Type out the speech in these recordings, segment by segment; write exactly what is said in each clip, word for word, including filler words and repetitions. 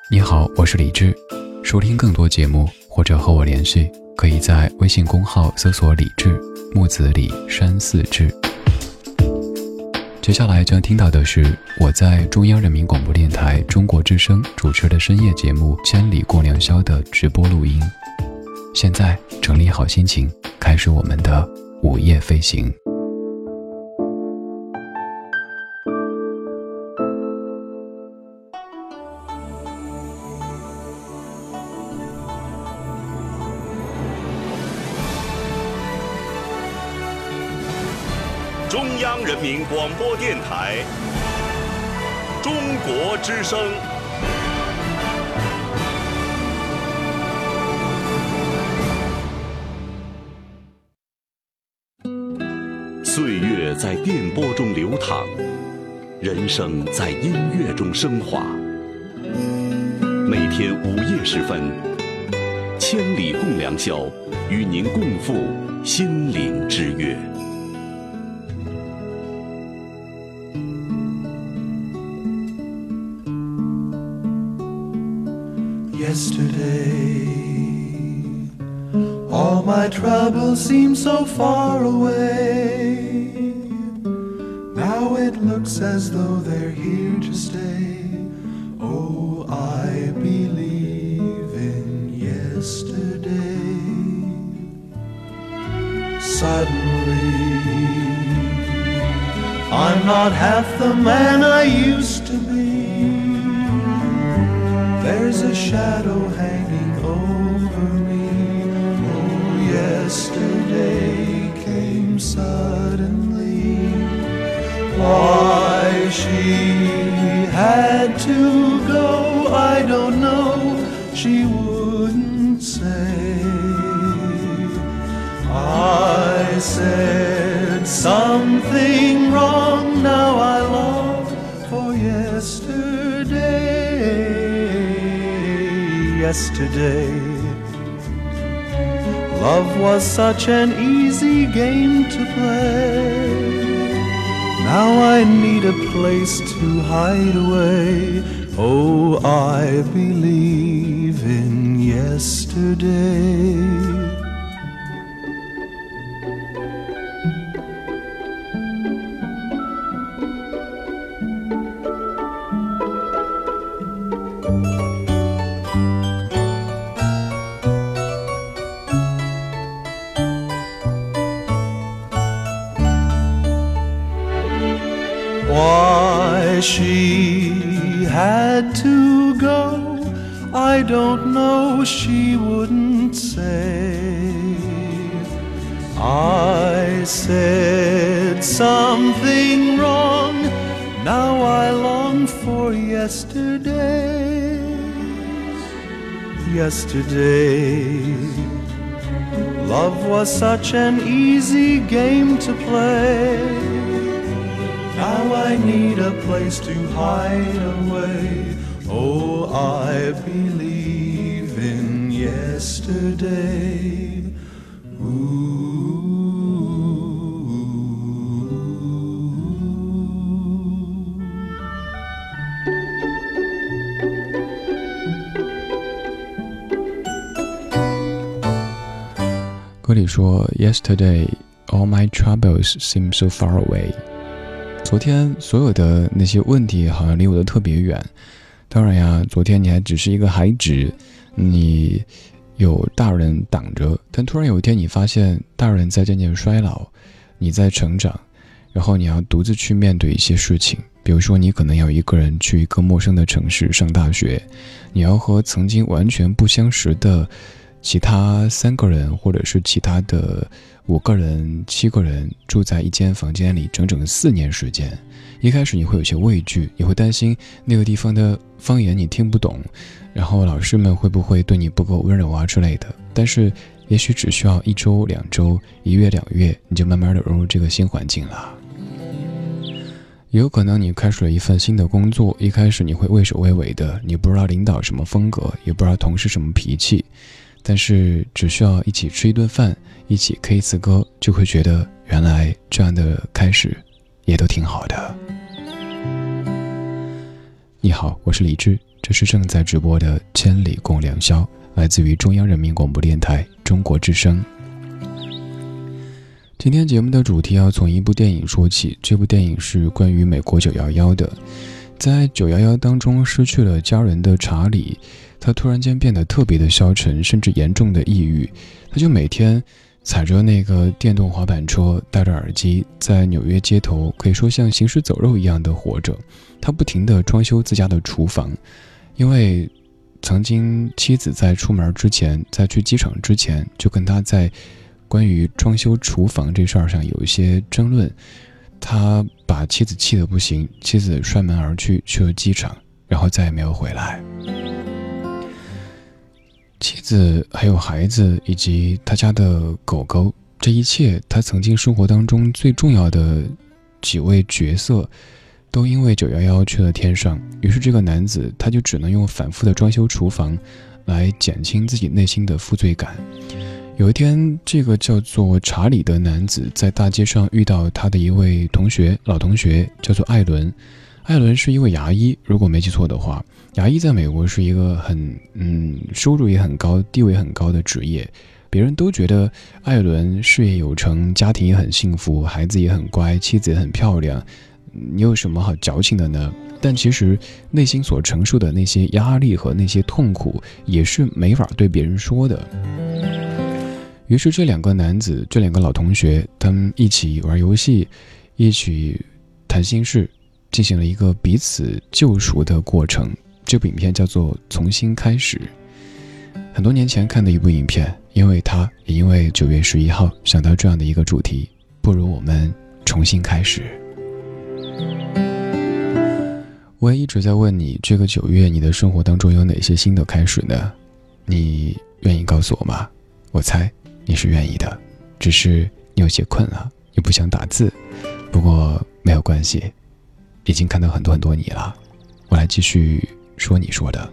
你好，我是李志。收听更多节目或者和我联系，可以在微信公号搜索李志，木子李，山寺志。接下来将听到的是我在中央人民广播电台中国之声主持的深夜节目《千里共良宵》的直播录音。现在整理好心情，开始我们的午夜飞行。 中央人民广播电台中国之声。岁月在电波中流淌，人生在音乐中升华。每天午夜时分，千里共良宵，与您共赴心灵之约。 Yesterday, all my troubles seem so far away. Now it looks as though they're here to stay. Oh, I believe in yesterday. Suddenly, I'm not half the man I used to be. There's a shadow hanging over me. Oh, yesterday came suddenly. Why she had to go, I don't know. She wouldn't say. I said something wrong, now I long for yesterday. Yesterday, love was such an easy game to play. Now I need a place to hide away. Oh, I believe in yesterday. Why she had to go, I don't know, she wouldn't say. I said something wrong, now I long for yesterday. Yesterday, love was such an easy game to play. Now I need a place to hide away. Oh, I believe in yesterday. Ooh. 歌里说 Yesterday, all my troubles seem so far away。昨天所有的那些问题好像离我都特别远。当然呀，昨天你还只是一个孩子，你有大人挡着，但突然有一天你发现大人在渐渐衰老，你在成长，然后你要独自去面对一些事情。比如说你可能要一个人去一个陌生的城市上大学，你要和曾经完全不相识的其他三个人或者是其他的五个人七个人住在一间房间里整整四年时间。一开始你会有些畏惧，你会担心那个地方的方言你听不懂，然后老师们会不会对你不够温柔啊之类的。但是也许只需要一周两周一月两月，你就慢慢的融入这个新环境了。也有可能你开始了一份新的工作，一开始你会畏首畏尾的，你不知道领导什么风格，也不知道同事什么脾气，但是只需要一起吃一顿饭，一起 K 一次歌，就会觉得原来这样的开始也都挺好的。你好，我是李志，这这是正在直播的《千里共良宵》，来自于中央人民广播电台中国之声。今天节目的主题要从一部电影说起，这部电影是关于美国九一一的。在九一一当中失去了家人的查理，他突然间变得特别的消沉，甚至严重的抑郁。他就每天踩着那个电动滑板车，戴着耳机，在纽约街头可以说像行尸走肉一样的活着。他不停地装修自家的厨房，因为曾经妻子在出门之前，在去机场之前，就跟他在关于装修厨房这事儿上有一些争论。他把妻子气得不行，妻子摔门而去，去了机场，然后再也没有回来。妻子还有孩子以及他家的狗狗，这一切他曾经生活当中最重要的几位角色都因为九一一去了天上。于是这个男子他就只能用反复的装修厨房来减轻自己内心的负罪感。有一天，这个叫做查理的男子在大街上遇到他的一位同学，老同学，叫做艾伦。艾伦是一位牙医，如果没记错的话，牙医在美国是一个很嗯收入也很高、地位很高的职业。别人都觉得艾伦事业有成，家庭也很幸福，孩子也很乖，妻子也很漂亮，你有什么好矫情的呢？但其实内心所承受的那些压力和那些痛苦，也是没法对别人说的。于是这两个男子，这两个老同学，他们一起玩游戏，一起谈心事，进行了一个彼此救赎的过程。这部影片叫做《从新开始》，很多年前看的一部影片，因为它也因为九月十一号想到这样的一个主题，不如我们重新开始。我也一直在问你，这个九月你的生活当中有哪些新的开始呢？你愿意告诉我吗？我猜你是愿意的，只是你有些困了，你不想打字。不过没有关系，已经看到很多很多你了。我来继续说你说的。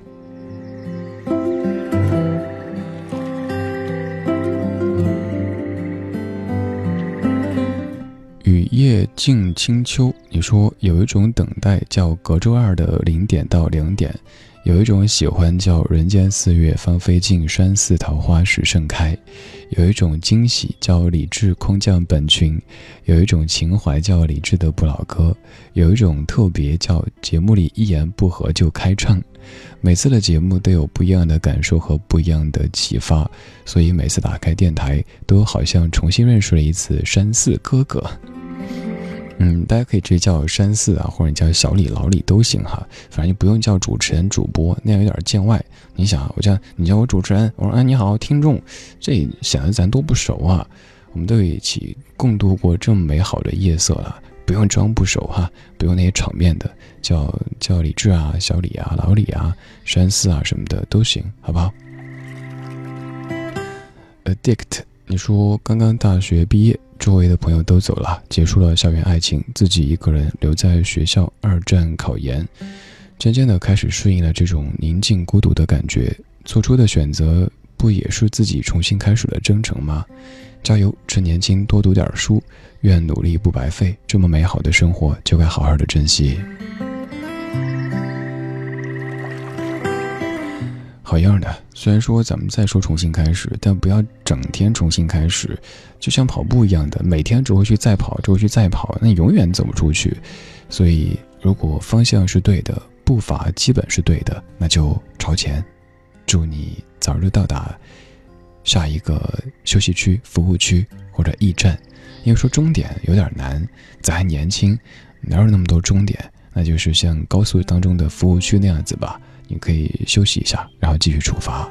雨夜静清秋，你说有一种等待叫隔周二的零点到两点，有一种喜欢叫人间四月芳菲尽，山寺桃花始盛开，有一种惊喜叫理智空降本群，有一种情怀叫理智的不老歌，有一种特别叫节目里一言不合就开唱。每次的节目都有不一样的感受和不一样的启发，所以每次打开电台都好像重新认识了一次山寺哥哥。嗯，大家可以直接叫山寺啊，或者叫小李、老李都行哈，反正就不用叫主持人、主播，那样有点见外。你想，我叫你叫我主持人，我说哎你好，听众，这显得咱多不熟啊。我们都一起共度过这么美好的夜色了，不用装不熟哈，不用那些场面的，叫叫李志啊、小李啊、老李啊、山寺啊什么的都行，好不好 ？Addict， 你说刚刚大学毕业。周围的朋友都走了，结束了校园爱情，自己一个人留在学校二战考研，渐渐地开始适应了这种宁静孤独的感觉。做出的选择不也是自己重新开始的征程吗？加油，趁年轻多读点书，愿努力不白费，这么美好的生活就该好好的珍惜。好样的，虽然说咱们再说重新开始，但不要整天重新开始，就像跑步一样的，每天只会去再跑，只会去再跑，那你永远走不出去。所以如果方向是对的，步伐基本是对的，那就朝前。祝你早日到达下一个休息区、服务区或者驿站，因为说终点有点难，咱还年轻，哪有那么多终点？那就是像高速当中的服务区那样子吧，你可以休息一下，然后继续出发。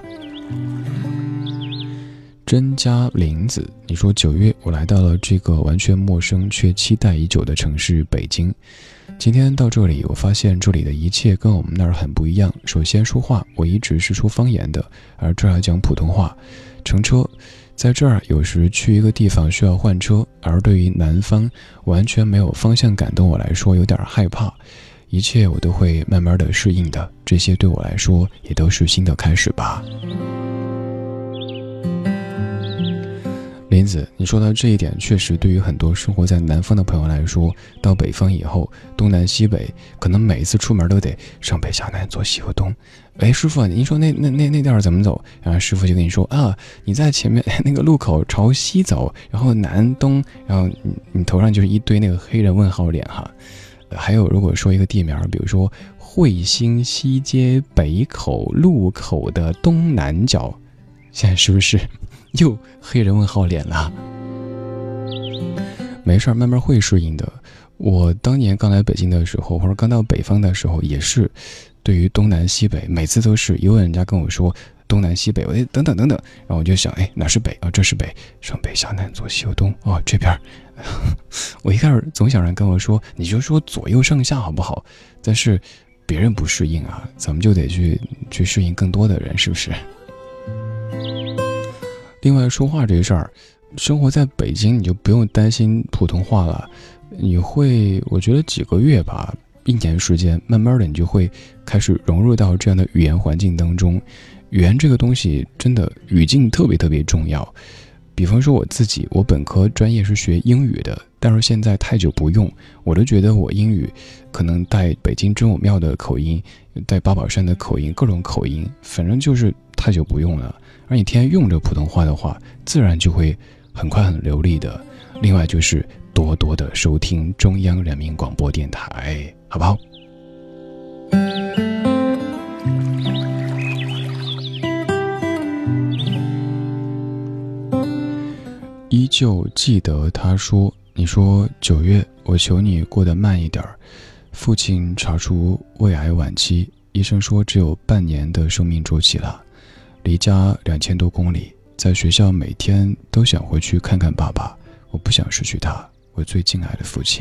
甄家林子，你说九月我来到了这个完全陌生却期待已久的城市北京。今天到这里，我发现这里的一切跟我们那儿很不一样。首先说话，我一直是说方言的，而这儿要讲普通话。乘车，在这儿有时去一个地方需要换车，而对于南方完全没有方向感的我来说有点害怕。一切我都会慢慢的适应的，这些对我来说也都是新的开始吧。 林子，你说到这一点，确实对于很多生活在南方的朋友来说，到北方以后，东南西北，可能每一次出门都得上北下南左西右东。哎，师傅，您说那那那那道怎么走？然后师傅就跟你说啊，你在前面那个路口朝西走，然后南东，然后你你头上就是一堆那个黑人问号脸哈。还有，如果说一个地名，比如说惠兴西街北口路口的东南角，现在是不是又黑人问号脸了？没事儿，慢慢会适应的。我当年刚来北京的时候，或者刚到北方的时候，也是对于东南西北，每次都是一问人家跟我说东南西北，我等等等等，然后我就想，哎，哪是北啊？这是北，上北下南左西右东，哦，这边。我一开始总想人跟我说，你就说左右上下好不好？但是别人不适应啊，咱们就得去去适应更多的人，是不是？另外说话这事儿，生活在北京你就不用担心普通话了，你会我觉得几个月吧，一年时间，慢慢的你就会开始融入到这样的语言环境当中。语言这个东西真的语境特别特别重要。比方说我自己，我本科专业是学英语的，但是现在太久不用，我都觉得我英语可能带北京真武庙的口音，带八宝山的口音，各种口音，反正就是太久不用了。而你天天用着普通话的话，自然就会很快很流利的。另外就是多多的收听中央人民广播电台，好不好？依旧记得他说，你说九月我求你过得慢一点，父亲查出胃癌晚期，医生说只有半年的生命周期了，离家两千多公里，在学校每天都想回去看看爸爸，我不想失去他，我最敬爱的父亲。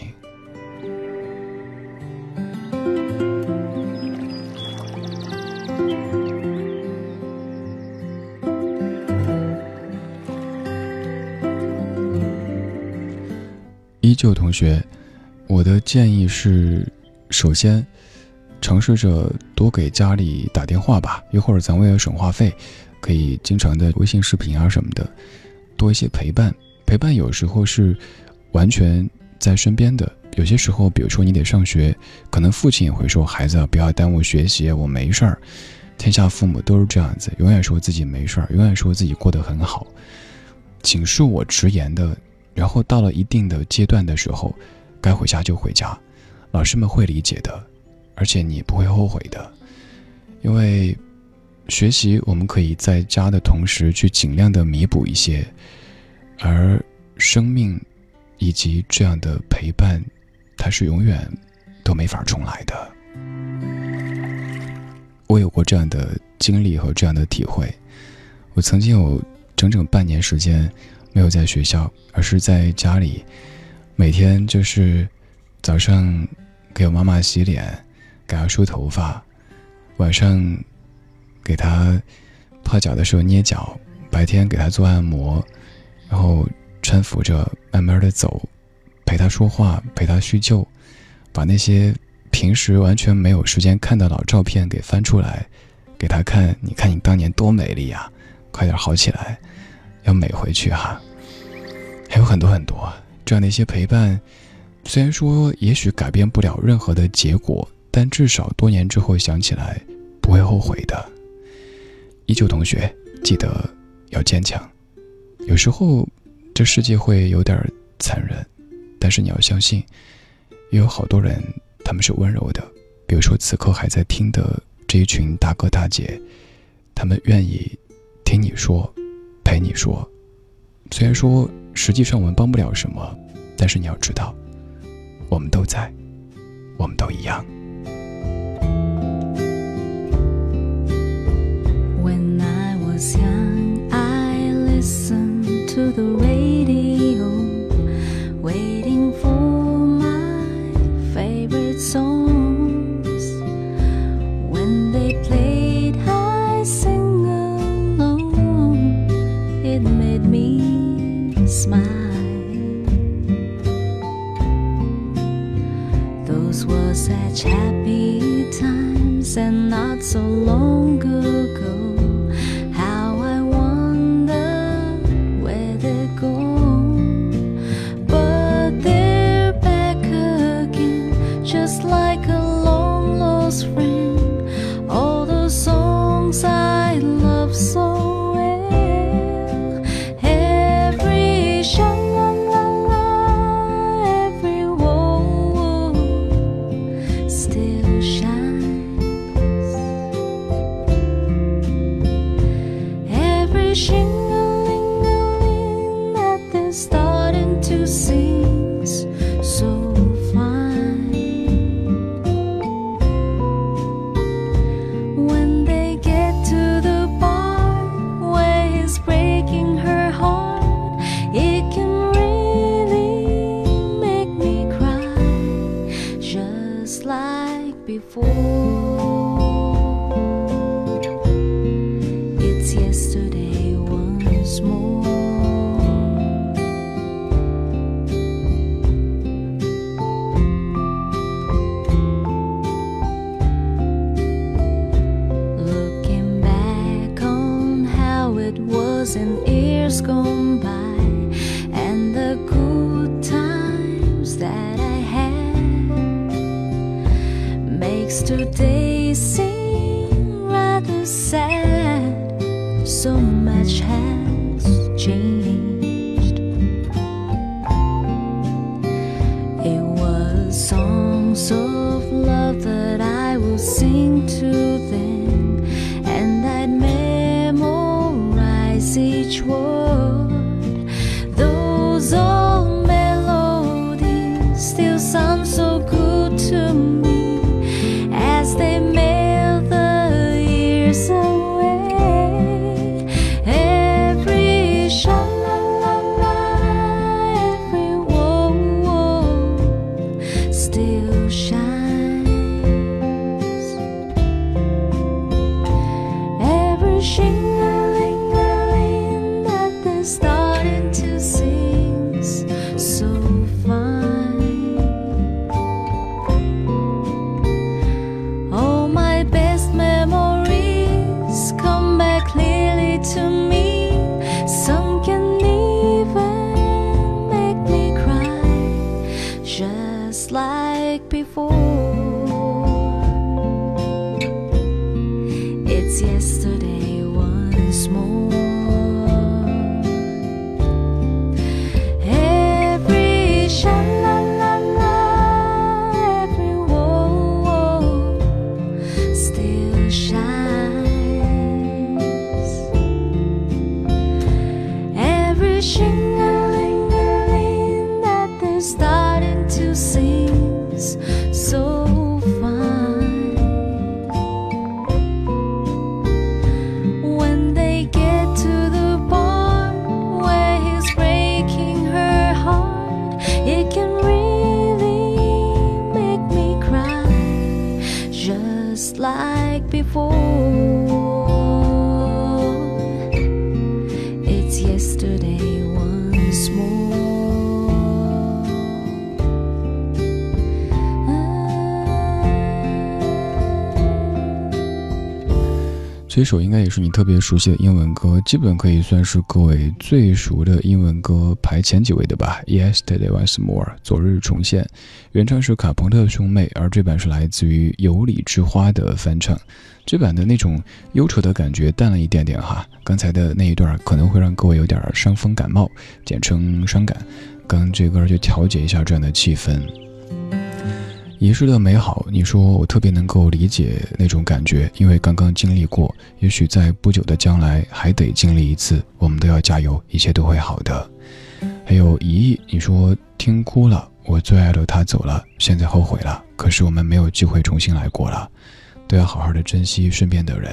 依旧同学，我的建议是，首先尝试着多给家里打电话吧，一会儿咱为了省话费，可以经常的微信视频啊什么的，多一些陪伴。陪伴有时候是完全在身边的，有些时候比如说你得上学，可能父亲也会说，孩子不要耽误学习，我没事儿。天下父母都是这样子，永远说自己没事儿，永远说自己过得很好，请恕我直言的。然后到了一定的阶段的时候，该回家就回家，老师们会理解的，而且你不会后悔的。因为学习我们可以在家的同时去尽量的弥补一些，而生命以及这样的陪伴，它是永远都没法重来的。我有过这样的经历和这样的体会，我曾经有整整半年时间没有在学校，而是在家里，每天就是早上给我妈妈洗脸，给她梳头发，晚上给她泡脚的时候捏脚，白天给她做按摩，然后搀扶着慢慢的走，陪她说话，陪她叙旧，把那些平时完全没有时间看的老照片给翻出来给她看，你看你当年多美丽呀，快点好起来，要美回去哈。还有很多很多这样的一些陪伴，虽然说也许改变不了任何的结果，但至少多年之后想起来不会后悔的。依旧同学，记得要坚强，有时候这世界会有点残忍，但是你要相信，也有好多人他们是温柔的，比如说此刻还在听的这一群大哥大姐，他们愿意听你说，陪你说。虽然说实际上我们帮不了什么，但是你要知道，我们都在，我们都一样。 When I was young, I listened to the radio, waiting for my favorite songs. When they played, I sing along. It made me smile. Those were such happy times, and not so long ago. How I wonder where they're going. days and years gone by, and the good times that I had makes today seem rather sad. So much has changed. It was songs of love that I would sing to them, and I'd memorize each word. Those old melodies still sound so good to me as they melt the years away. Every sha-la-la-la, every whoa-whoa still shines. Every shing-a-ling-a-ling that they're starting to sing's so fine. All my best memories come back clearly to me. Some can even make me cry, just like before. It's yesterday once more. Every sha-la-la-la, every whoa-whoa still shines. Every shing-a-ling-a-ling that they're starting to sing's so fine. When they get to the part where he's breaking her heart, it can really make me cry, just like before. It's yesterday once more. 这首应该也是你特别熟悉的英文歌，基本可以算是各位最熟的英文歌排前几位的吧。 Yesterday Once More 昨日重现，原唱是卡朋特兄妹，而这版是来自于有理之花的翻唱。这版的那种忧愁的感觉淡了一点点哈，刚才的那一段可能会让各位有点伤风感冒，简称伤感，刚这歌就调节一下这样的气氛。遗失的美好，你说我特别能够理解那种感觉，因为刚刚经历过，也许在不久的将来还得经历一次，我们都要加油，一切都会好的。还有一亿，你说听哭了，我最爱的他走了，现在后悔了，可是我们没有机会重新来过了，都要好好的珍惜身边的人。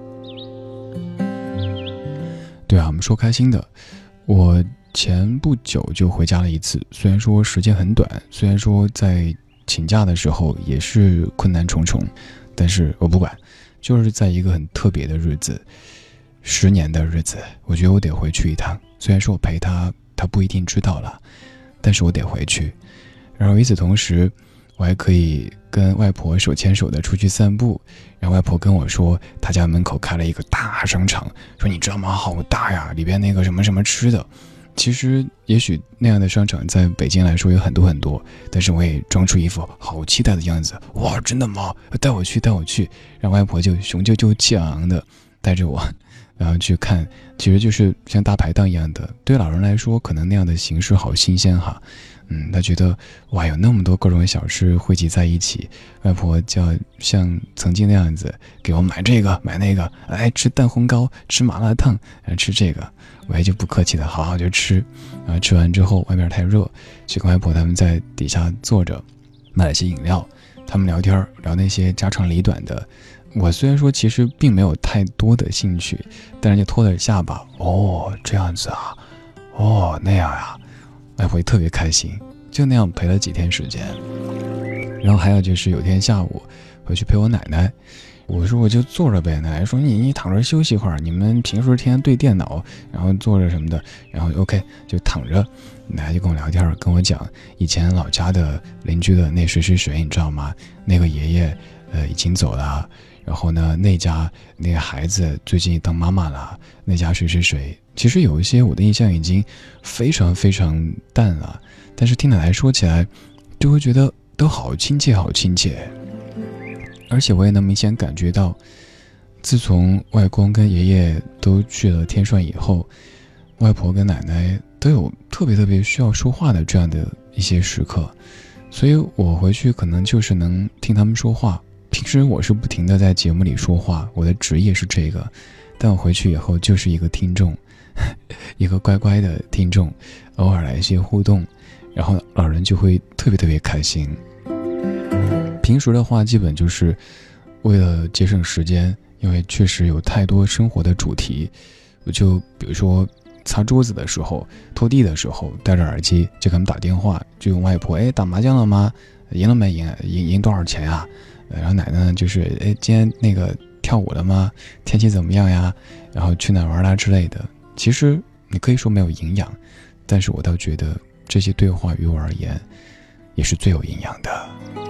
对啊，我们说开心的，我前不久就回家了一次，虽然说时间很短，虽然说在请假的时候也是困难重重，但是我不管，就是在一个很特别的日子，十年的日子，我觉得我得回去一趟。虽然说我陪他，他不一定知道了，但是我得回去。然后与此同时，我还可以跟外婆手牵手的出去散步。然后外婆跟我说，她家门口开了一个大商场，说你知道吗？好大呀，里边那个什么什么吃的。其实也许那样的商场在北京来说有很多很多，但是我也装出一副好期待的样子。哇，真的吗？带我去带我去。让外婆就雄赳赳气昂昂的带着我，然后去看，其实就是像大排档一样的。对老人来说可能那样的形式好新鲜哈。嗯，他觉得哇，有那么多各种小吃汇集在一起，外婆就要像曾经那样子给我买这个买那个，哎，吃蛋烘糕，吃麻辣烫，吃这个，我也就不客气的好好就吃。然后吃完之后外面太热，去跟外婆他们在底下坐着买了些饮料，他们聊天聊那些家长里短的。我虽然说其实并没有太多的兴趣，但是就拖了下巴，哦，这样子啊，哦，那样呀，外婆特别开心，就那样陪了几天时间。然后还有就是有天下午回去陪我奶奶，我说我就坐着呗，奶奶说你你躺着休息一会儿，你们平时天天对电脑，然后坐着什么的，然后 OK 就躺着。奶奶就跟我聊天，跟我讲以前老家的邻居的那谁谁谁，你知道吗？那个爷爷呃已经走了，然后呢那家那个孩子最近当妈妈了，那家谁谁谁，其实有一些我的印象已经非常非常淡了，但是听奶奶说起来就会觉得都好亲切好亲切。而且我也能明显感觉到，自从外公跟爷爷都去了天上以后，外婆跟奶奶都有特别特别需要说话的这样的一些时刻，所以我回去可能就是能听他们说话。平时我是不停的在节目里说话，我的职业是这个，但我回去以后就是一个听众，一个乖乖的听众，偶尔来一些互动，然后老人就会特别特别开心。平时的话基本就是为了节省时间，因为确实有太多生活的主题，我就比如说擦桌子的时候，拖地的时候戴着耳机就给他们打电话，就用外婆，哎，打麻将了吗？赢了没赢？赢赢多少钱呀？然后奶奶呢就是哎，今天那个跳舞了吗？天气怎么样呀？然后去哪玩啦之类的。其实你可以说没有营养，但是我倒觉得这些对话于我而言也是最有营养的。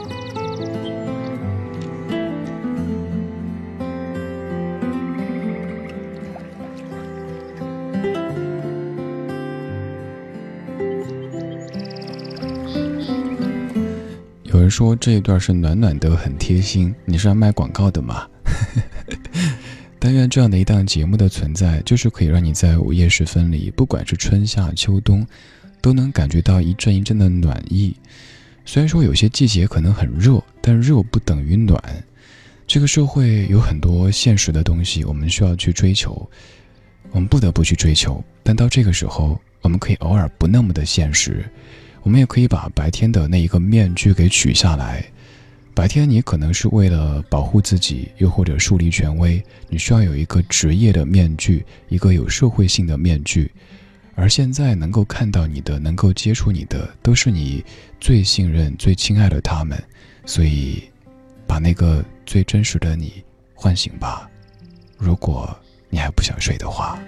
有人说这一段是暖暖的很贴心，你是要卖广告的吗？但愿这样的一档节目的存在，就是可以让你在午夜时分里，不管是春夏秋冬，都能感觉到一阵一阵的暖意。虽然说有些季节可能很热，但热不等于暖。这个社会有很多现实的东西我们需要去追求，我们不得不去追求，但到这个时候我们可以偶尔不那么的现实，我们也可以把白天的那一个面具给取下来。白天你可能是为了保护自己，又或者树立权威，你需要有一个职业的面具，一个有社会性的面具。而现在能够看到你的，能够接触你的，都是你最信任最亲爱的他们，所以把那个最真实的你唤醒吧，如果你还不想睡的话。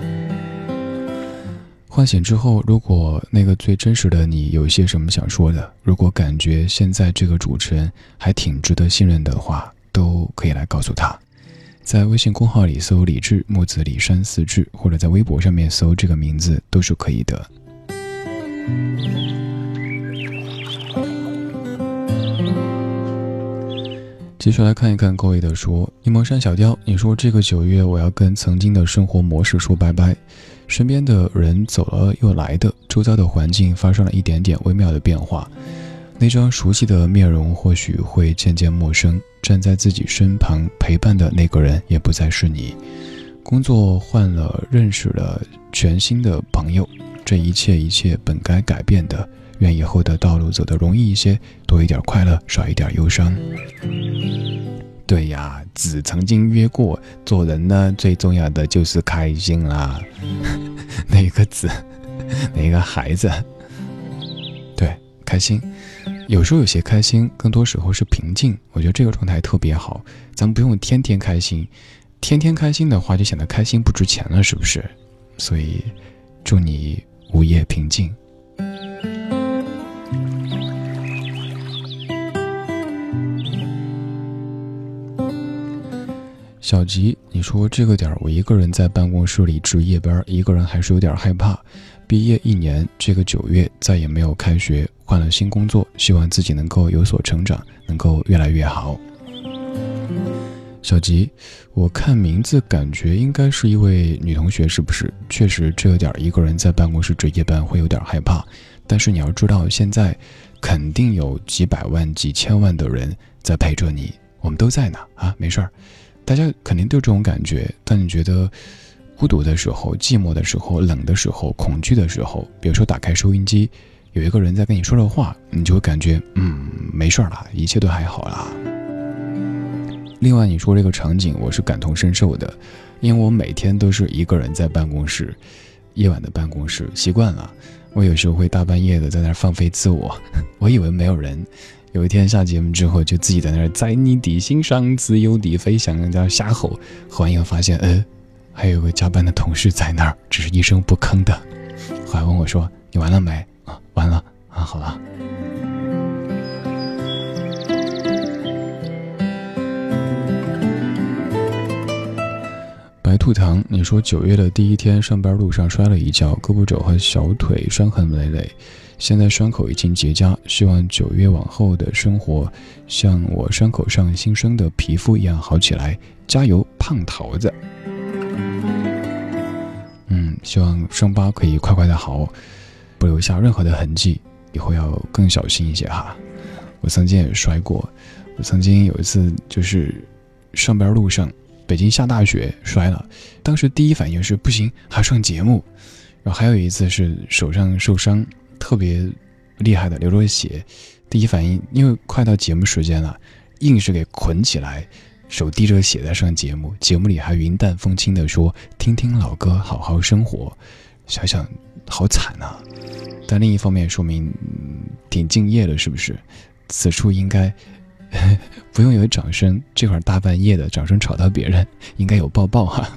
唤醒之后，如果那个最真实的你有一些什么想说的，如果感觉现在这个主持人还挺值得信任的话，都可以来告诉他。在微信公号里搜李志，木子李山四志，或者在微博上面搜这个名字都是可以的。继续来看一看各位的说，一蒙山小雕，你说这个九月我要跟曾经的生活模式说拜拜，身边的人走了又来的，周遭的环境发生了一点点微妙的变化，那张熟悉的面容或许会渐渐陌生，站在自己身旁陪伴的那个人也不再是你，工作换了，认识了全新的朋友，这一切一切本该改变的，愿以后的道路走得容易一些，多一点快乐，少一点忧伤。对呀，子曾经约过，做人呢最重要的就是开心啦。哪个子？哪个孩子？对，开心。有时候有些开心，更多时候是平静。我觉得这个状态特别好，咱们不用天天开心，天天开心的话就显得开心不值钱了，是不是？所以，祝你午夜平静。小吉，你说这个点我一个人在办公室里值夜班，一个人还是有点害怕。毕业一年，这个九月再也没有开学，换了新工作，希望自己能够有所成长，能够越来越好。小吉，我看名字感觉应该是一位女同学，是不是？确实这个点一个人在办公室值夜班会有点害怕，但是你要知道，现在肯定有几百万几千万的人在陪着你，我们都在呢啊，没事儿。大家肯定都有这种感觉，当你觉得孤独的时候、寂寞的时候、冷的时候、恐惧的时候，比如说打开收音机，有一个人在跟你说的话，你就会感觉嗯，没事啦，一切都还好啦。另外你说这个场景我是感同身受的，因为我每天都是一个人在办公室，夜晚的办公室习惯了，我有时候会大半夜的在那儿放飞自我，我以为没有人，有一天下节目之后就自己在那儿在你的心上自由地飞翔，在那瞎吼，后来又发现呃，还有个加班的同事在那儿，只是一声不吭的，后来问我说你完了没啊？完了啊，好了。 吐糖，你说九月的第一天上班路上摔了一跤，胳膊肘和小腿伤痕累累，现在伤口已经结痂，希望九月往后的生活像我伤口上新生的皮肤一样好起来，加油胖桃子。嗯，希望伤疤可以快快的好，不留下任何的痕迹，以后要更小心一些哈。我曾经也摔过，我曾经有一次就是上班路上北京下大雪摔了，当时第一反应是不行还上节目，然后还有一次是手上受伤特别厉害的流着血，第一反应因为快到节目时间了，硬是给捆起来，手滴着血在上节目，节目里还云淡风轻地说听听老歌好好生活，想想好惨啊，但另一方面说明、嗯、挺敬业的，是不是？此处应该不用有掌声，这会儿大半夜的掌声吵到别人，应该有抱抱哈。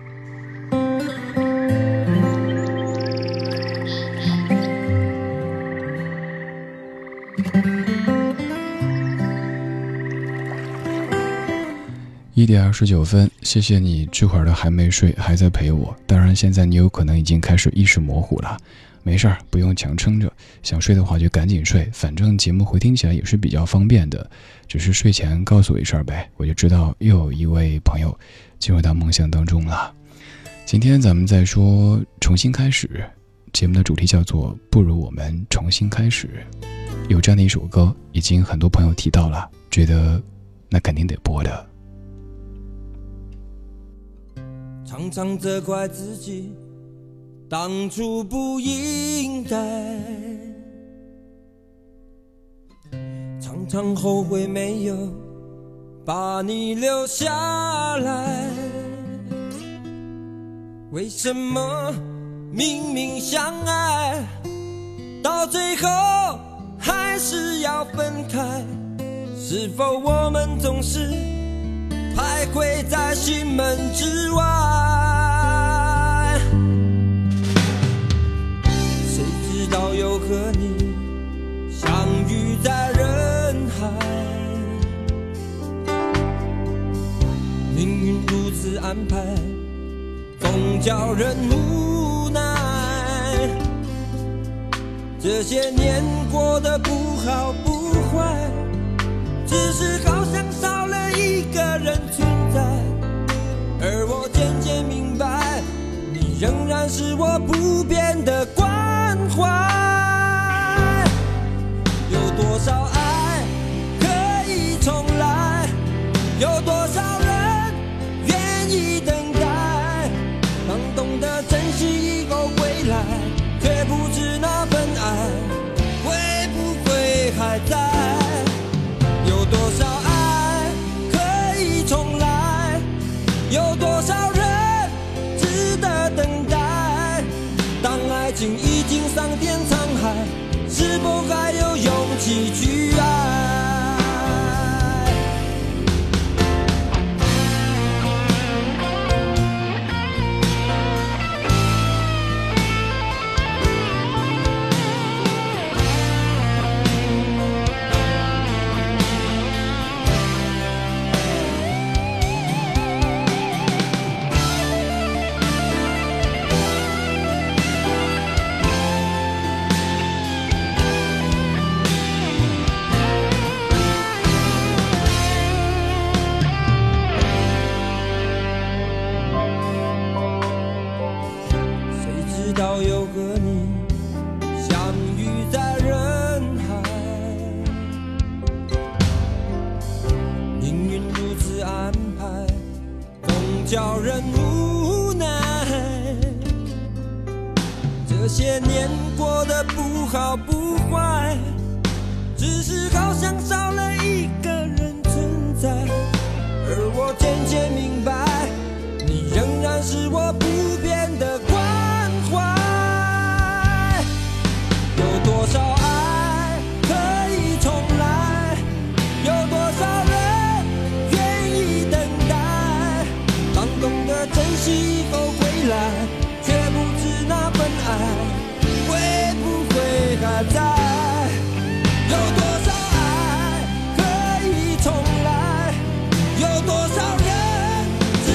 一点二十九分，谢谢你这会儿的还没睡，还在陪我。当然，现在你有可能已经开始意识模糊了，没事儿，不用强撑着。想睡的话就赶紧睡，反正节目回听起来也是比较方便的。只是睡前告诉我一声呗，我就知道又有一位朋友进入到梦乡当中了。今天咱们再说重新开始，节目的主题叫做不如我们重新开始。有这样的一首歌，已经很多朋友提到了，觉得那肯定得播的。 常常责怪自己当初不应该，常常后悔没有把你留下来。为什么明明相爱，到最后还是要分开？是否我们总是徘徊在心门之外？谁知道又和你相遇在人海，命运如此安排，总叫人无奈。这些年过得不好不坏，只是好像少了一个人存在，而我渐渐明白，你仍然是我不变的关怀。有多少爱可以重来，有多少人愿意等待，当懂得珍惜以后归来，却不知那份爱会不会还在。有多少爱可以重来，有多少人值得等待，当爱情已经桑田沧海，是否还有勇气去爱？叫人无奈，这些年过得不好不坏，只是好像少了一个人存在，而我渐渐明白，你仍然是我不变的关怀。有多少爱可以重来，有多少人愿意等待，当懂得珍惜以后归来，却不知那份爱会不会还在。有多少爱可以重来，有多少人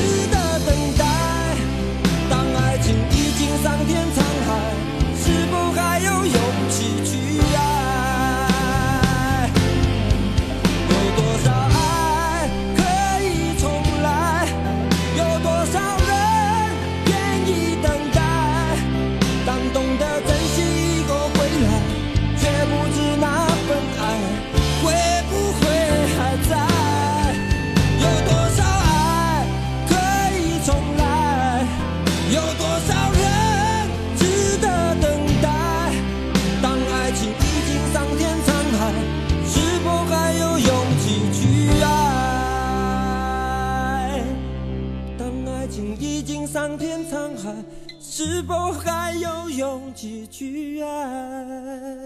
已经桑田沧海，是否还有勇气去爱？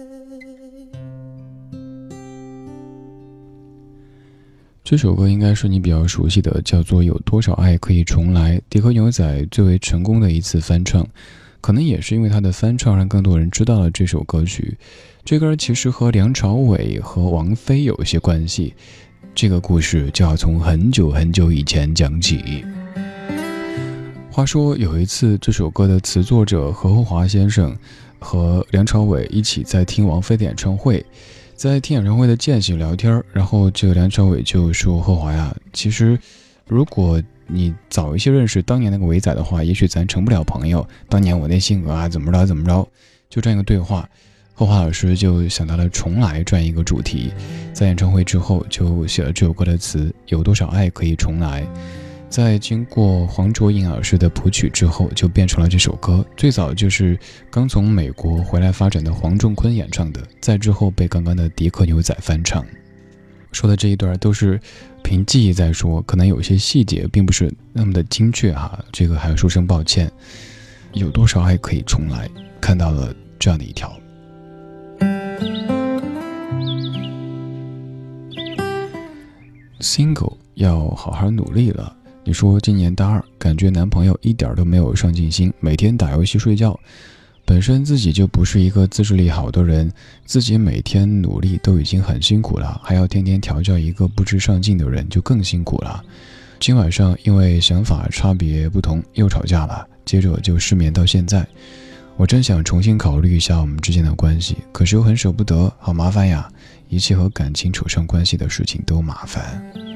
这首歌应该是你比较熟悉的，叫做《有多少爱可以重来》，迪克牛仔最为成功的一次翻唱，可能也是因为他的翻唱让更多人知道了这首歌曲。这歌其实和梁朝伟和王菲有些关系，这个故事就要从很久很久以前讲起。话说有一次，这首歌的词作者何厚华先生和梁朝伟一起在听王菲的演唱会，在听演唱会的间隙聊天，然后这个梁朝伟就说：“厚华呀，其实如果你早一些认识当年那个伟仔的话，也许咱成不了朋友。当年我那性格啊，怎么着怎么着。”就这样一个对话，厚华老师就想到了重来这样一个主题，在演唱会之后就写了这首歌的词：有多少爱可以重来。在经过黄卓颖老师的谱曲之后，就变成了这首歌。最早就是刚从美国回来发展的黄仲坤演唱的，再之后被刚刚的迪克牛仔翻唱。说的这一段都是凭记忆在说，可能有些细节并不是那么的精确哈，这个还要说声抱歉。有多少爱可以重来，看到了这样的一条。Single 要好好努力了。你说今年大二，感觉男朋友一点都没有上进心，每天打游戏睡觉，本身自己就不是一个自制力好的人，自己每天努力都已经很辛苦了，还要天天调教一个不知上进的人，就更辛苦了。今晚上因为想法差别不同又吵架了，接着就失眠到现在。我真想重新考虑一下我们之间的关系，可是又很舍不得，好麻烦呀，一切和感情扯上关系的事情都麻烦。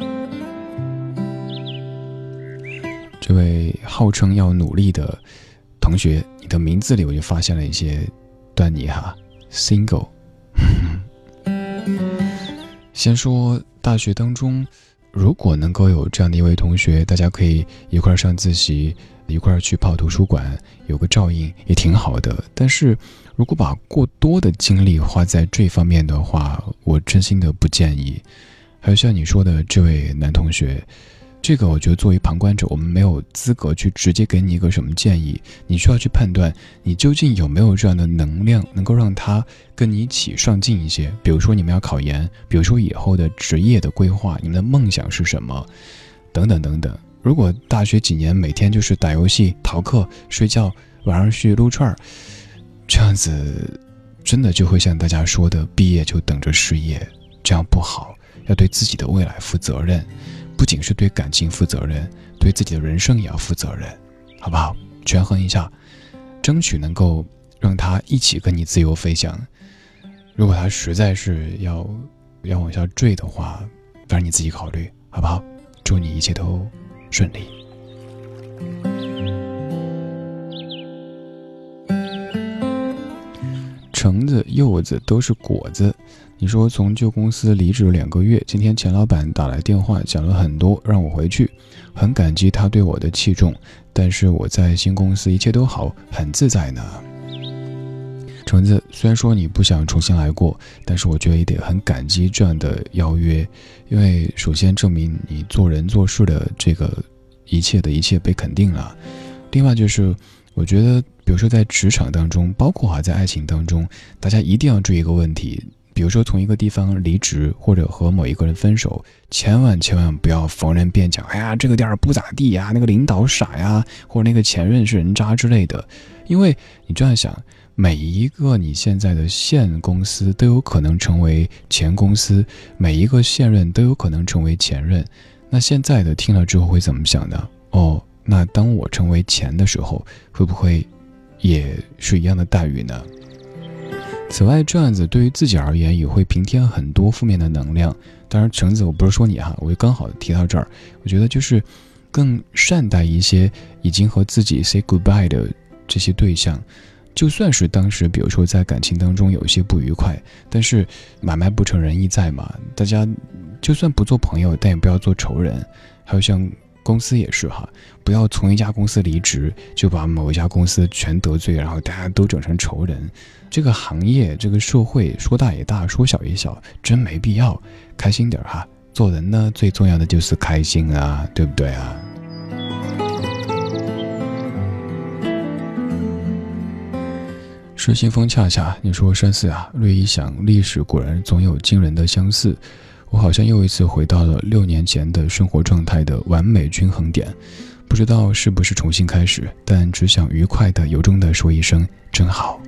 这位号称要努力的同学，你的名字里我就发现了一些端倪哈。 Single 先说大学当中，如果能够有这样的一位同学，大家可以一块上自习，一块去泡图书馆，有个照应也挺好的。但是如果把过多的精力花在这方面的话，我真心的不建议。还有像你说的这位男同学，这个我觉得作为旁观者，我们没有资格去直接给你一个什么建议，你需要去判断你究竟有没有这样的能量，能够让他跟你一起上进一些。比如说你们要考研，比如说以后的职业的规划，你们的梦想是什么，等等等等。如果大学几年每天就是打游戏、逃课、睡觉，晚上去撸串，这样子真的就会像大家说的，毕业就等着失业，这样不好。要对自己的未来负责任，不仅是对感情负责任，对自己的人生也要负责任，好不好？权衡一下，争取能够让他一起跟你自由飞翔。如果他实在是要要往下坠的话，反正你自己考虑，好不好？祝你一切都顺利。橙子、柚子都是果子。你说从旧公司离职两个月，今天钱老板打来电话讲了很多，让我回去，很感激他对我的器重，但是我在新公司一切都好，很自在呢。橙子，虽然说你不想重新来过，但是我觉得也得很感激这样的邀约，因为首先证明你做人做事的这个一切的一切被肯定了，另外就是我觉得比如说在职场当中，包括哈在爱情当中，大家一定要注意一个问题，比如说从一个地方离职，或者和某一个人分手，千万千万不要逢人便讲，哎呀这个店不咋地呀，那个领导傻呀，或者那个前任是人渣之类的。因为你这样想，每一个你现在的现公司都有可能成为前公司，每一个现任都有可能成为前任。那现在的听了之后会怎么想呢？哦，那当我成为前的时候，会不会也是一样的待遇呢？此外，这样子对于自己而言也会平添很多负面的能量。当然橙子，我不是说你哈，我就刚好提到这儿，我觉得就是更善待一些已经和自己 say goodbye 的这些对象，就算是当时比如说在感情当中有一些不愉快，但是买卖不成仁义在嘛，大家就算不做朋友，但也不要做仇人。还有像公司也是哈，不要从一家公司离职就把某一家公司全得罪，然后大家都整成仇人。这个行业这个社会说大也大，说小也小，真没必要。开心点哈，做人呢最重要的就是开心啊，对不对啊？ 是新风恰恰，你说山寺啊，略一想，历史果然总有惊人的相似。我好像又一次回到了六年前的生活状态的完美均衡点，不知道是不是重新开始，但只想愉快的由衷的说一声真好。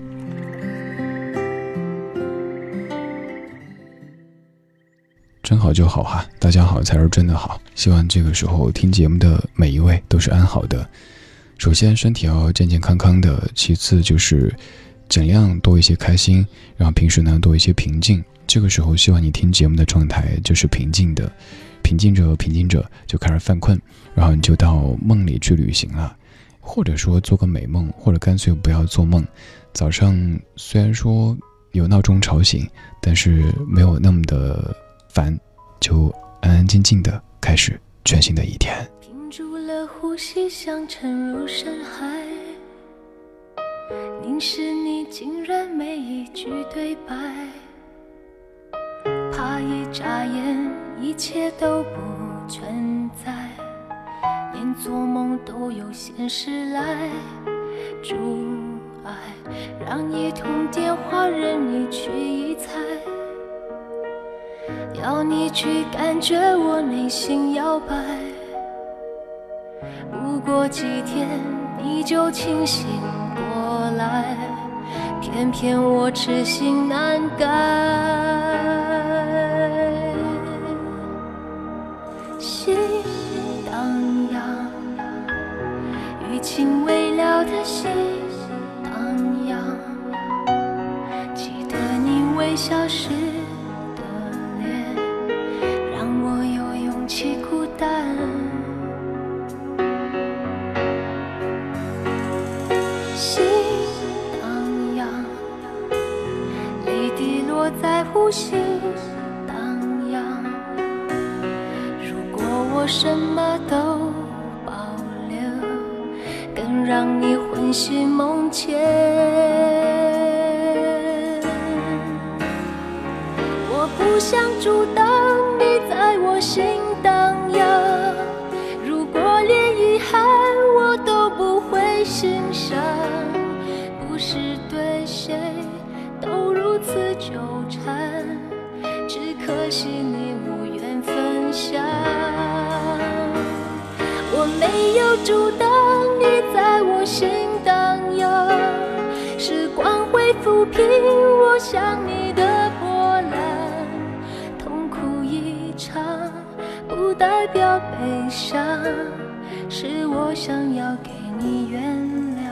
真好就好哈、啊，大家好才是真的好。希望这个时候听节目的每一位都是安好的。首先身体要健健康康的，其次就是尽量多一些开心，让平时呢多一些平静。这个时候希望你听节目的状态就是平静的，平静着平静着就开始犯困，然后你就到梦里去旅行了，或者说做个美梦，或者干脆不要做梦。早上虽然说有闹钟吵醒，但是没有那么的烦，就安安静静的开始全新的一天。 屏住了呼吸，想沉入深海，凝视你竟然没一句对白，怕一眨眼一切都不存在，连做梦都有现实来阻碍，让一通电话任你去一猜，要你去感觉我内心摇摆，不过几天你就清醒过来，偏偏我痴心难改，心荡漾，余情未了的心荡漾，记得你微笑时在呼吸荡漾，如果我什么都保留，更让你魂牵梦牵，我不想阻挡你在我心荡漾，如果连遗憾我都不会欣赏，不是对谁都如此纠缠，只可惜你无缘分享。我没有阻挡你在我心荡漾，时光会抚平我想你的波澜，痛苦一场不代表悲伤，是我想要给你原谅。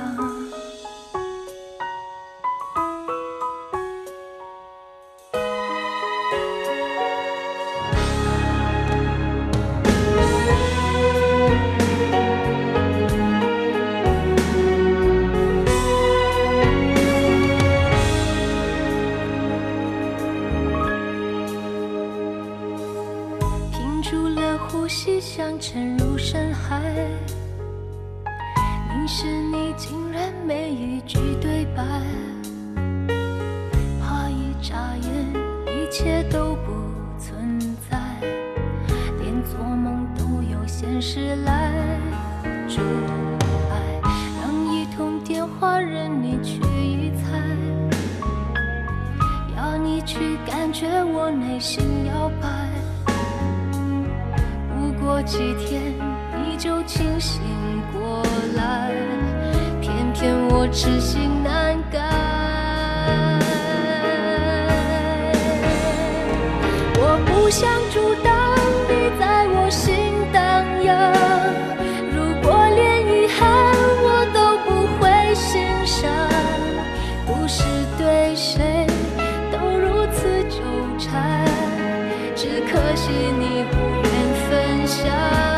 想沉入深海，凝视你竟然没一句对白，怕一眨眼一切都不存在，连做梦都有现实来阻碍，让一通电话任你去一猜，要你去感觉我内心摇摆，过几天你就清醒过来，偏偏我痴心难改，我不想阻挡你在我心荡漾，如果连遗憾我都不会欣赏，不是对谁都如此纠缠，只可惜你不愿分享。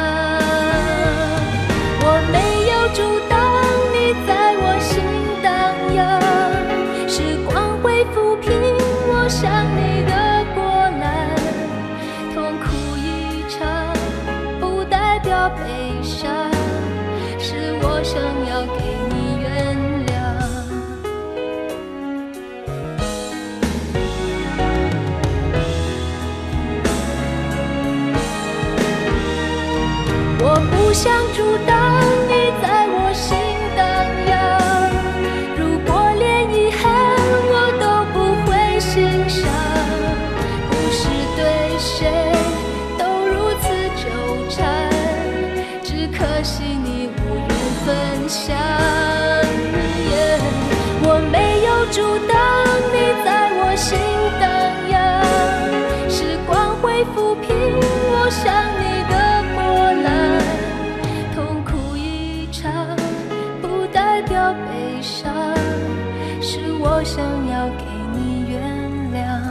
我没有阻挡你在我心荡漾，时光会抚平我想你的波澜，痛苦一场不代表悲伤，是我想要给你原谅。我不想阻挡你在我心荡漾，如果连遗憾可惜你无缘分享。yeah, 我没有阻挡你在我心荡漾，时光会抚平我想你的波澜。痛苦一场不代表悲伤，是我想要给你原谅。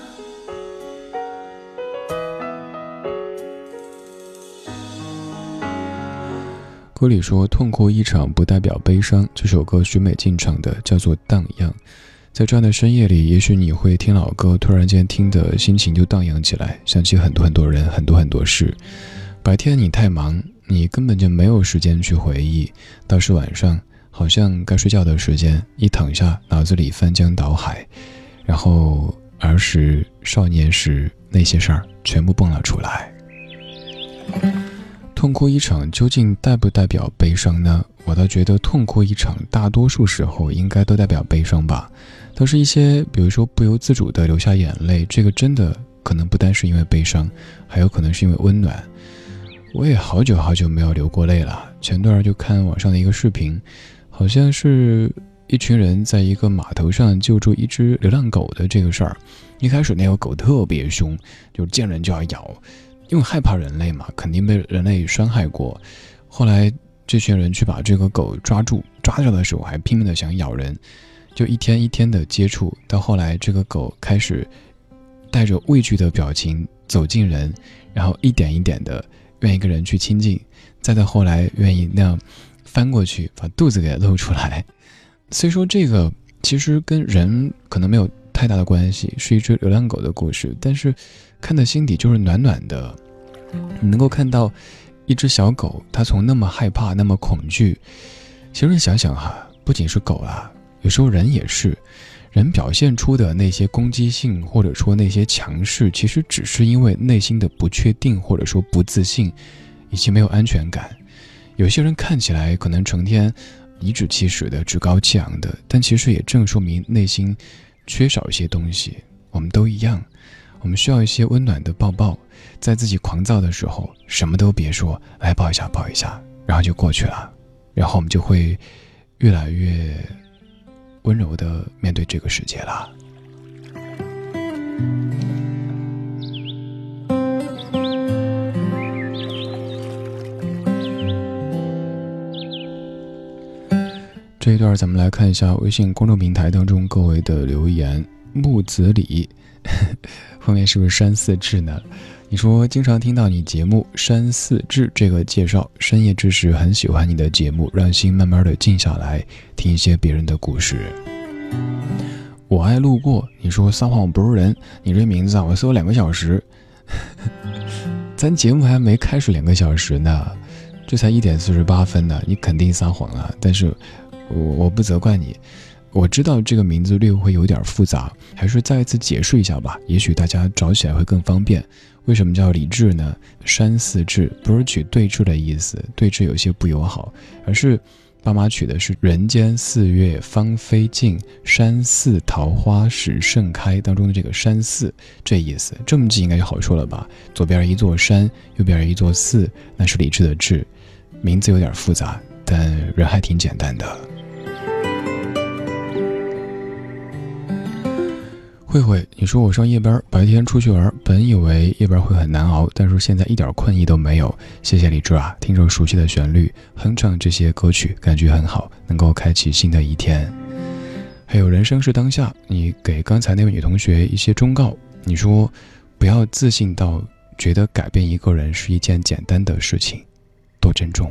歌里说痛哭一场不代表悲伤，这首歌许美静唱的，叫做荡漾。在这样的深夜里，也许你会听老歌，突然间听的心情就荡漾起来，想起很多很多人，很多很多事。白天你太忙，你根本就没有时间去回忆，倒是晚上好像该睡觉的时间，一躺下脑子里翻江倒海，然后儿时少年时那些事儿全部蹦了出来。痛哭一场究竟代不代表悲伤呢？我倒觉得痛哭一场大多数时候应该都代表悲伤吧，都是一些比如说不由自主的流下眼泪，这个真的可能不单是因为悲伤，还有可能是因为温暖。我也好久好久没有流过泪了，前段就看网上的一个视频，好像是一群人在一个码头上救助一只流浪狗的这个事儿。一开始那个狗特别凶，就见人就要咬，因为害怕人类嘛，肯定被人类伤害过。后来这群人去把这个狗抓住，抓着的时候还拼命的想咬人，就一天一天的接触，到后来这个狗开始带着畏惧的表情走近人，然后一点一点的愿意跟人去亲近，再到后来愿意那样翻过去把肚子给露出来。所以说这个其实跟人可能没有太大的关系，是一只流浪狗的故事，但是看的心底就是暖暖的。你能够看到一只小狗，它从那么害怕那么恐惧，其实你想想哈，不仅是狗啦，有时候人也是，人表现出的那些攻击性或者说那些强势，其实只是因为内心的不确定或者说不自信以及没有安全感。有些人看起来可能成天颐指气使的趾高气昂的，但其实也正说明内心缺少一些东西。我们都一样，我们需要一些温暖的抱抱，在自己狂躁的时候什么都别说，来抱一下抱一下，然后就过去了，然后我们就会越来越温柔地面对这个世界了。这一段咱们来看一下微信公众平台当中各位的留言。木子李后面是不是山寺志呢？你说经常听到你节目山寺志这个介绍，深夜之时很喜欢你的节目，让心慢慢的静下来，听一些别人的故事。我爱路过，你说撒谎不是人，你这名字啊我搜两个小时咱节目还没开始两个小时呢，这才一点四十八分呢，你肯定撒谎了。但是我我不责怪你，我知道这个名字略会有点复杂，还是再一次解释一下吧，也许大家找起来会更方便。为什么叫李志呢？山寺志不是取对峙的意思，对峙有些不友好，而是爸妈取的是人间四月芳菲尽，山寺桃花始盛开当中的这个山寺，这意思这么记应该就好说了吧。左边一座山，右边一座寺，那是李志的志，名字有点复杂，但人还挺简单的。慧慧，你说我上夜班，白天出去玩，本以为夜班会很难熬，但是现在一点困意都没有。谢谢李志啊，听着熟悉的旋律，哼唱这些歌曲，感觉很好，能够开启新的一天。还有人生是当下，你给刚才那位女同学一些忠告，你说不要自信到觉得改变一个人是一件简单的事情，多珍重。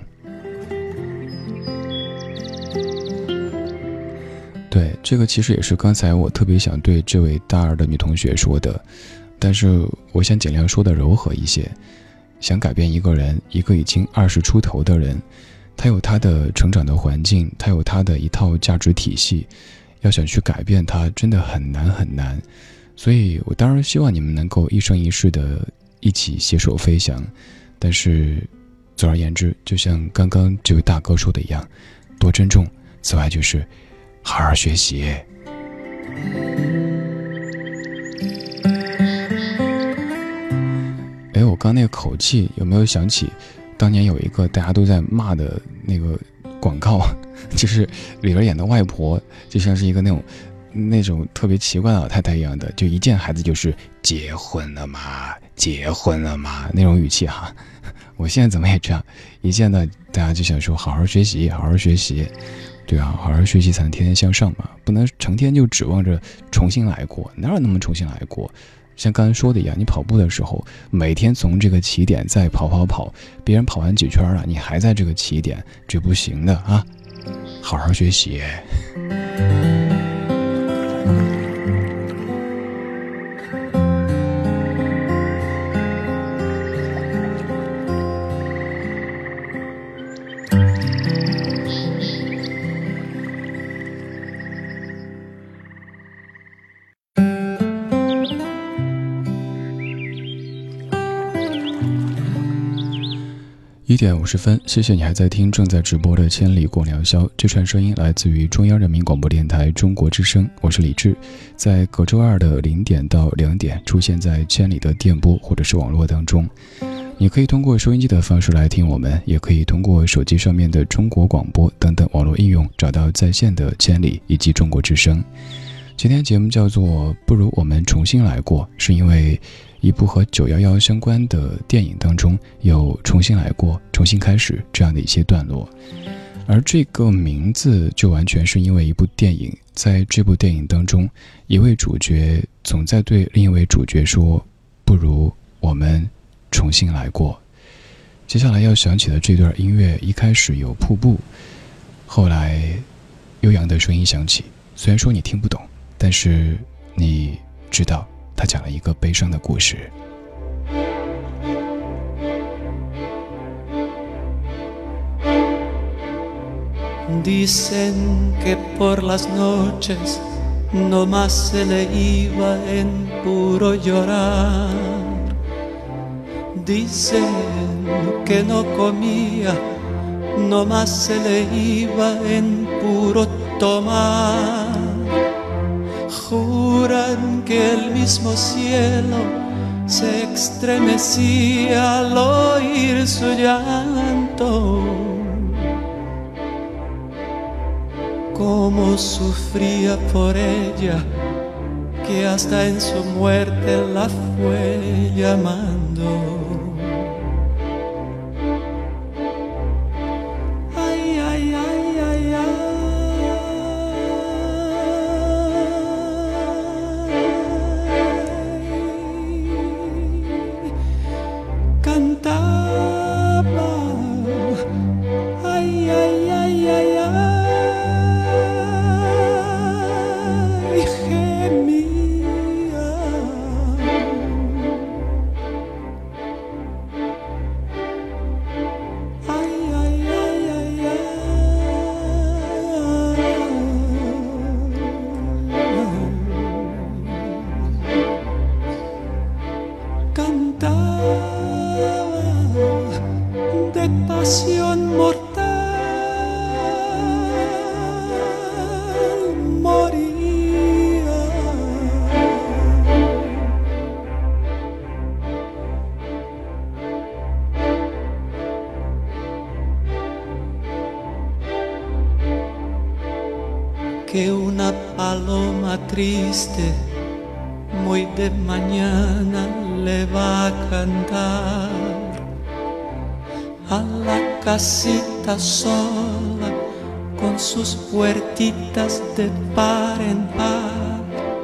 对，这个其实也是刚才我特别想对这位大二的女同学说的，但是我想尽量说的柔和一些。想改变一个人，一个已经二十出头的人，他有他的成长的环境，他有他的一套价值体系，要想去改变他真的很难很难。所以我当然希望你们能够一生一世的一起携手飞翔，但是总而言之，就像刚刚这位大哥说的一样，多珍重，此外就是好好学习。哎，我刚那个口气有没有想起当年有一个大家都在骂的那个广告，就是里边演的外婆就像是一个那种那种特别奇怪的老太太一样的，就一见孩子就是结婚了吗？结婚了吗？那种语气哈。我现在怎么也这样，一见到大家就想说好好学习，好好学习。对啊，好好学习才能天天向上嘛，不能成天就指望着重新来过，哪有那么重新来过？像刚才说的一样，你跑步的时候，每天从这个起点再跑跑跑，别人跑完几圈了，你还在这个起点，这不行的啊！好好学习。一点五十分，谢谢你还在听正在直播的《千里共良宵》。这串声音来自于中央人民广播电台中国之声，我是李志，在隔周二的零点到两点出现在千里的电波或者是网络当中。你可以通过收音机的方式来听我们，也可以通过手机上面的中国广播等等网络应用找到在线的千里以及中国之声。今天节目叫做不如我们重新来过，是因为一部和九一一相关的电影当中有重新来过、重新开始这样的一些段落，而这个名字就完全是因为一部电影，在这部电影当中，一位主角总在对另一位主角说不如我们重新来过。接下来要响起的这段音乐一开始有瀑布，后来悠扬的声音响起，虽然说你听不懂，但是你知道他讲了一个悲伤的故事。 Dicen que por las noches no más se le iba en puro llorar. Dicen que no comía, no más se le iba en puro tomar. Juran que el mismo cielo se estremecía al oír su llanto. Cómo sufría por ella, que hasta en su muerte la fue llamando. Ay, ay, ay, ay, ay. Cantaba, ay, ay, ay, ay, ay. Que una paloma triste muy de mañana le va a cantar a la casita sola con sus puertitas de par en par.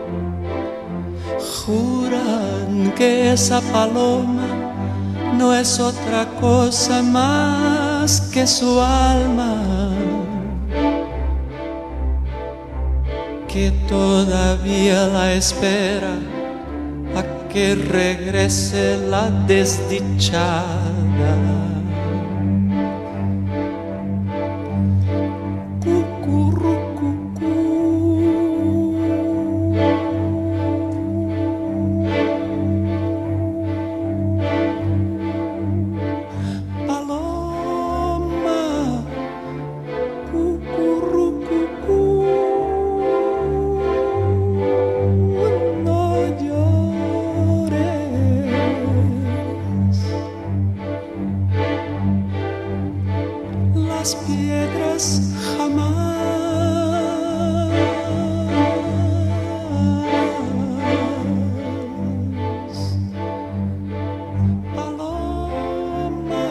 Juran que esa paloma no es otra cosa más que su alma, que todavía la espera a que regrese la desdichada. Cucurrucucú. Paloma, cucurrucucú. las piedras jamás. Paloma,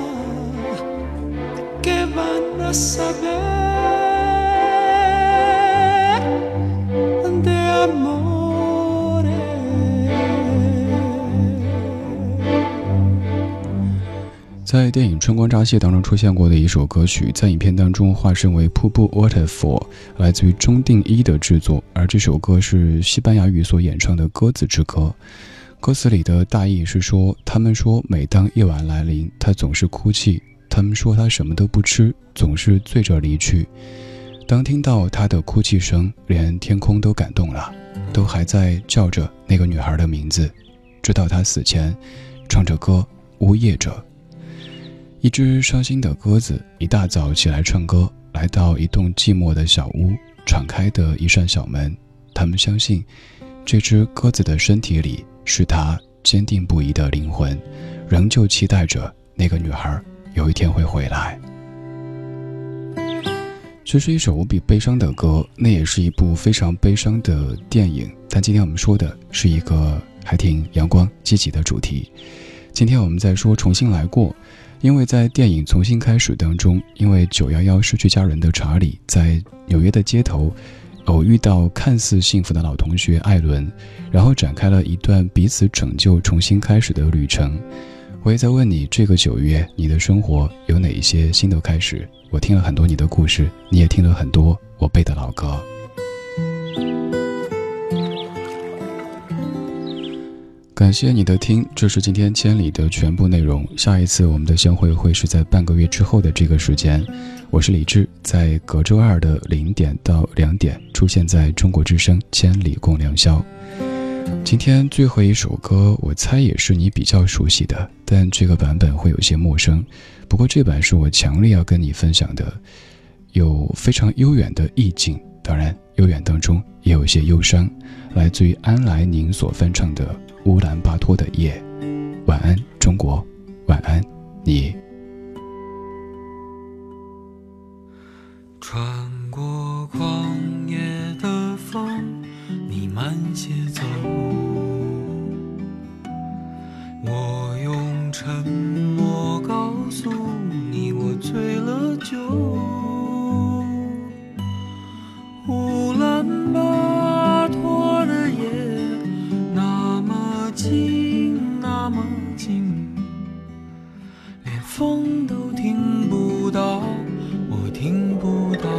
¿qué van a saber de amor? 在电影《春光乍泄》当中出现过的一首歌曲，在影片当中化身为瀑布 Waterfall， 来自于中定一的制作，而这首歌是西班牙语所演唱的《鸽子之歌》。歌词里的大意是说，他们说每当夜晚来临，他总是哭泣，他们说他什么都不吃，总是醉着离去。当听到他的哭泣声，连天空都感动了，都还在叫着那个女孩的名字，直到他死前唱着歌呜咽着。一只伤心的鸽子一大早起来唱歌，来到一栋寂寞的小屋，敞开的一扇小门。他们相信，这只鸽子的身体里是它坚定不移的灵魂，仍旧期待着那个女孩有一天会回来。这是一首无比悲伤的歌，那也是一部非常悲伤的电影，但今天我们说的是一个还挺阳光积极的主题。今天我们在说重新来过，因为在电影《重新开始》当中，因为九一一失去家人的查理在纽约的街头偶遇到看似幸福的老同学艾伦，然后展开了一段彼此拯救重新开始的旅程。我也在问你，这个九月你的生活有哪一些新的开始？我听了很多你的故事，你也听了很多我背的老歌。感谢你的听，这是今天千里的全部内容。下一次我们的相会会是在半个月之后的这个时间。我是李志，在隔周二的零点到两点出现在中国之声千里共良宵。今天最后一首歌，我猜也是你比较熟悉的，但这个版本会有些陌生。不过这版是我强烈要跟你分享的，有非常悠远的意境，当然悠远当中也有一些忧伤，来自于安来宁所翻唱的乌兰巴托的夜。晚安中国，晚安你。 穿过旷野的风，你慢些走，我用沉默告诉你我醉了酒。乌兰巴托的夜那么静那么静，连风都听不到，我听不到。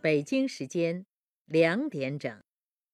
北京时间两点整。